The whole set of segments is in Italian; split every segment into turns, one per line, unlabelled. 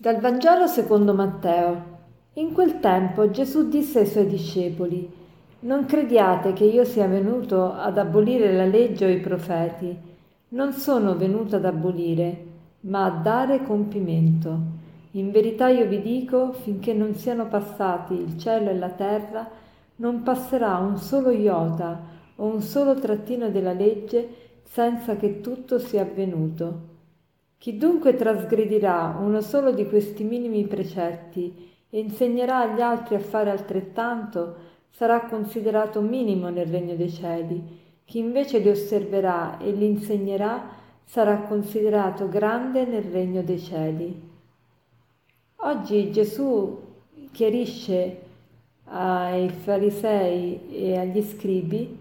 Dal Vangelo secondo Matteo. In quel tempo Gesù disse ai suoi discepoli: Non crediate che io sia venuto ad abolire la legge o i profeti. Non sono venuto ad abolire, ma a dare compimento. In verità io vi dico, finché non siano passati il cielo e la terra, non passerà un solo iota o un solo trattino della legge senza che tutto sia avvenuto. Chi dunque trasgredirà uno solo di questi minimi precetti e insegnerà agli altri a fare altrettanto, sarà considerato minimo nel regno dei cieli. Chi invece li osserverà e li insegnerà sarà considerato grande nel regno dei cieli. Oggi Gesù chiarisce ai farisei e agli scribi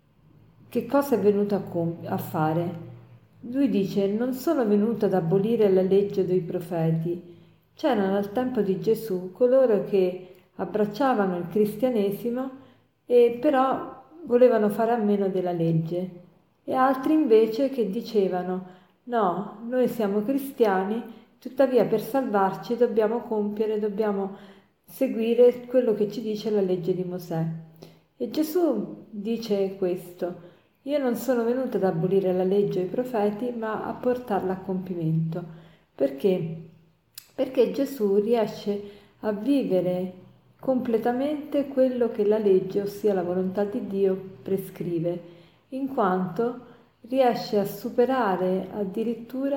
che cosa è venuto a fare. Lui dice: non sono venuto ad abolire la legge dei profeti. C'erano al tempo di Gesù coloro che abbracciavano il cristianesimo e però volevano fare a meno della legge, e altri invece che dicevano: no, noi siamo cristiani, tuttavia per salvarci dobbiamo seguire quello che ci dice la legge di Mosè. E Gesù dice questo: io non sono venuto ad abolire la legge e i profeti, ma a portarla a compimento. Perché? Perché Gesù riesce a vivere completamente quello che la legge, ossia la volontà di Dio, prescrive, in quanto riesce a superare addirittura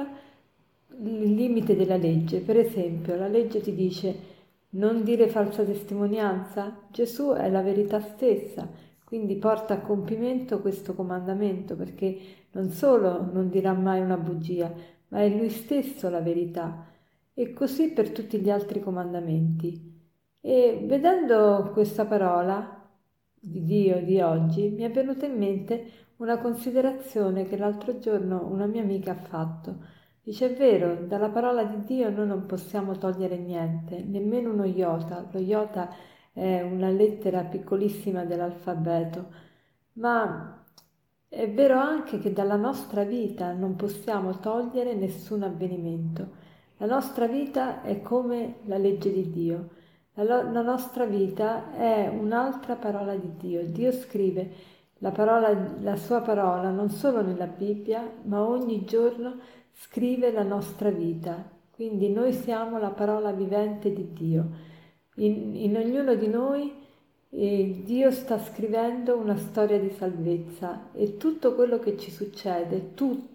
il limite della legge. Per esempio, la legge ti dice non dire falsa testimonianza. Gesù è la verità stessa, quindi porta a compimento questo comandamento, perché non solo non dirà mai una bugia, ma è lui stesso la verità. E così per tutti gli altri comandamenti. E vedendo questa parola di Dio di oggi, mi è venuta in mente una considerazione che l'altro giorno una mia amica ha fatto. Dice: è vero, dalla parola di Dio noi non possiamo togliere niente, nemmeno uno iota. Lo iota è una lettera piccolissima dell'alfabeto, ma è vero anche che dalla nostra vita non possiamo togliere nessun avvenimento. La nostra vita è come la legge di Dio. La nostra vita è un'altra parola di Dio. Dio scrive la sua parola non solo nella Bibbia, ma ogni giorno scrive la nostra vita. Quindi noi siamo la parola vivente di Dio. In ognuno di noi Dio sta scrivendo una storia di salvezza, e tutto quello che ci succede,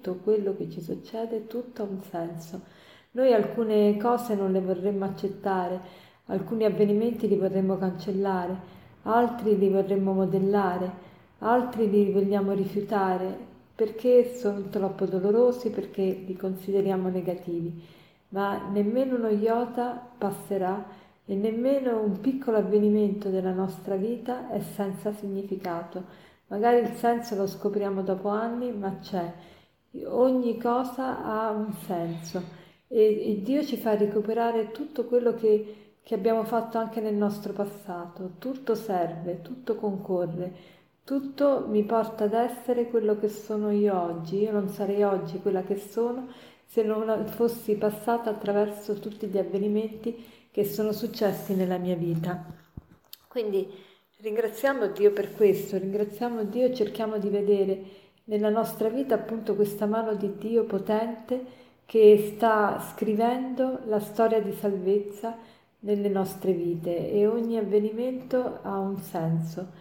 tutto ha un senso. Noi alcune cose non le vorremmo accettare, alcuni avvenimenti li vorremmo cancellare, altri li vorremmo modellare, altri li vogliamo rifiutare perché sono troppo dolorosi, perché li consideriamo negativi. Ma nemmeno uno iota passerà, e nemmeno un piccolo avvenimento della nostra vita è senza significato. Magari il senso lo scopriamo dopo anni, ma c'è. Ogni cosa ha un senso, e Dio ci fa recuperare tutto quello che abbiamo fatto anche nel nostro passato. Tutto serve, tutto concorre, tutto mi porta ad essere quello che sono io oggi. Io non sarei oggi quella che sono se non fossi passata attraverso tutti gli avvenimenti che sono successi nella mia vita. Quindi ringraziamo Dio per questo, ringraziamo Dio e cerchiamo di vedere nella nostra vita appunto questa mano di Dio potente che sta scrivendo la storia di salvezza nelle nostre vite, e ogni avvenimento ha un senso,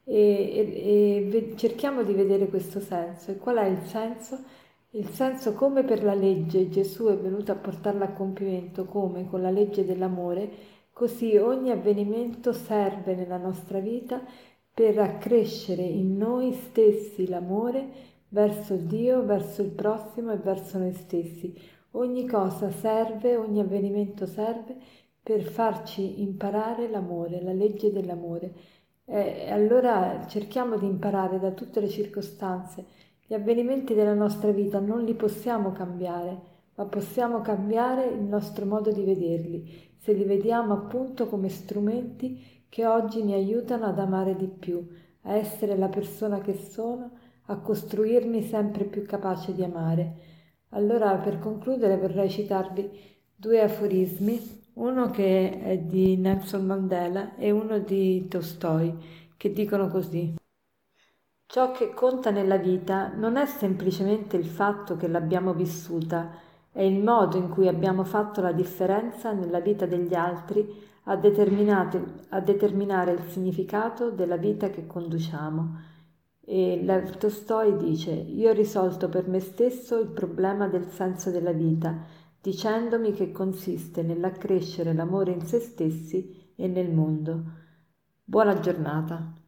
e cerchiamo di vedere questo senso. E qual è il senso? Il senso: come per la legge Gesù è venuto a portarla a compimento, come con la legge dell'amore, così ogni avvenimento serve nella nostra vita per accrescere in noi stessi l'amore verso Dio, verso il prossimo e verso noi stessi. Ogni cosa serve, ogni avvenimento serve per farci imparare l'amore, la legge dell'amore. Allora cerchiamo di imparare da tutte le circostanze. Gli avvenimenti della nostra vita non li possiamo cambiare, ma possiamo cambiare il nostro modo di vederli, se li vediamo appunto come strumenti che oggi mi aiutano ad amare di più, a essere la persona che sono, a costruirmi sempre più capace di amare. Allora, per concludere, vorrei citarvi due aforismi, uno che è di Nelson Mandela e uno di Tolstoi, che dicono così. Ciò che conta nella vita non è semplicemente il fatto che l'abbiamo vissuta, è il modo in cui abbiamo fatto la differenza nella vita degli altri a determinare il significato della vita che conduciamo. E Lev Tolstoi dice: Io ho risolto per me stesso il problema del senso della vita, dicendomi che consiste nell'accrescere l'amore in se stessi e nel mondo. Buona giornata.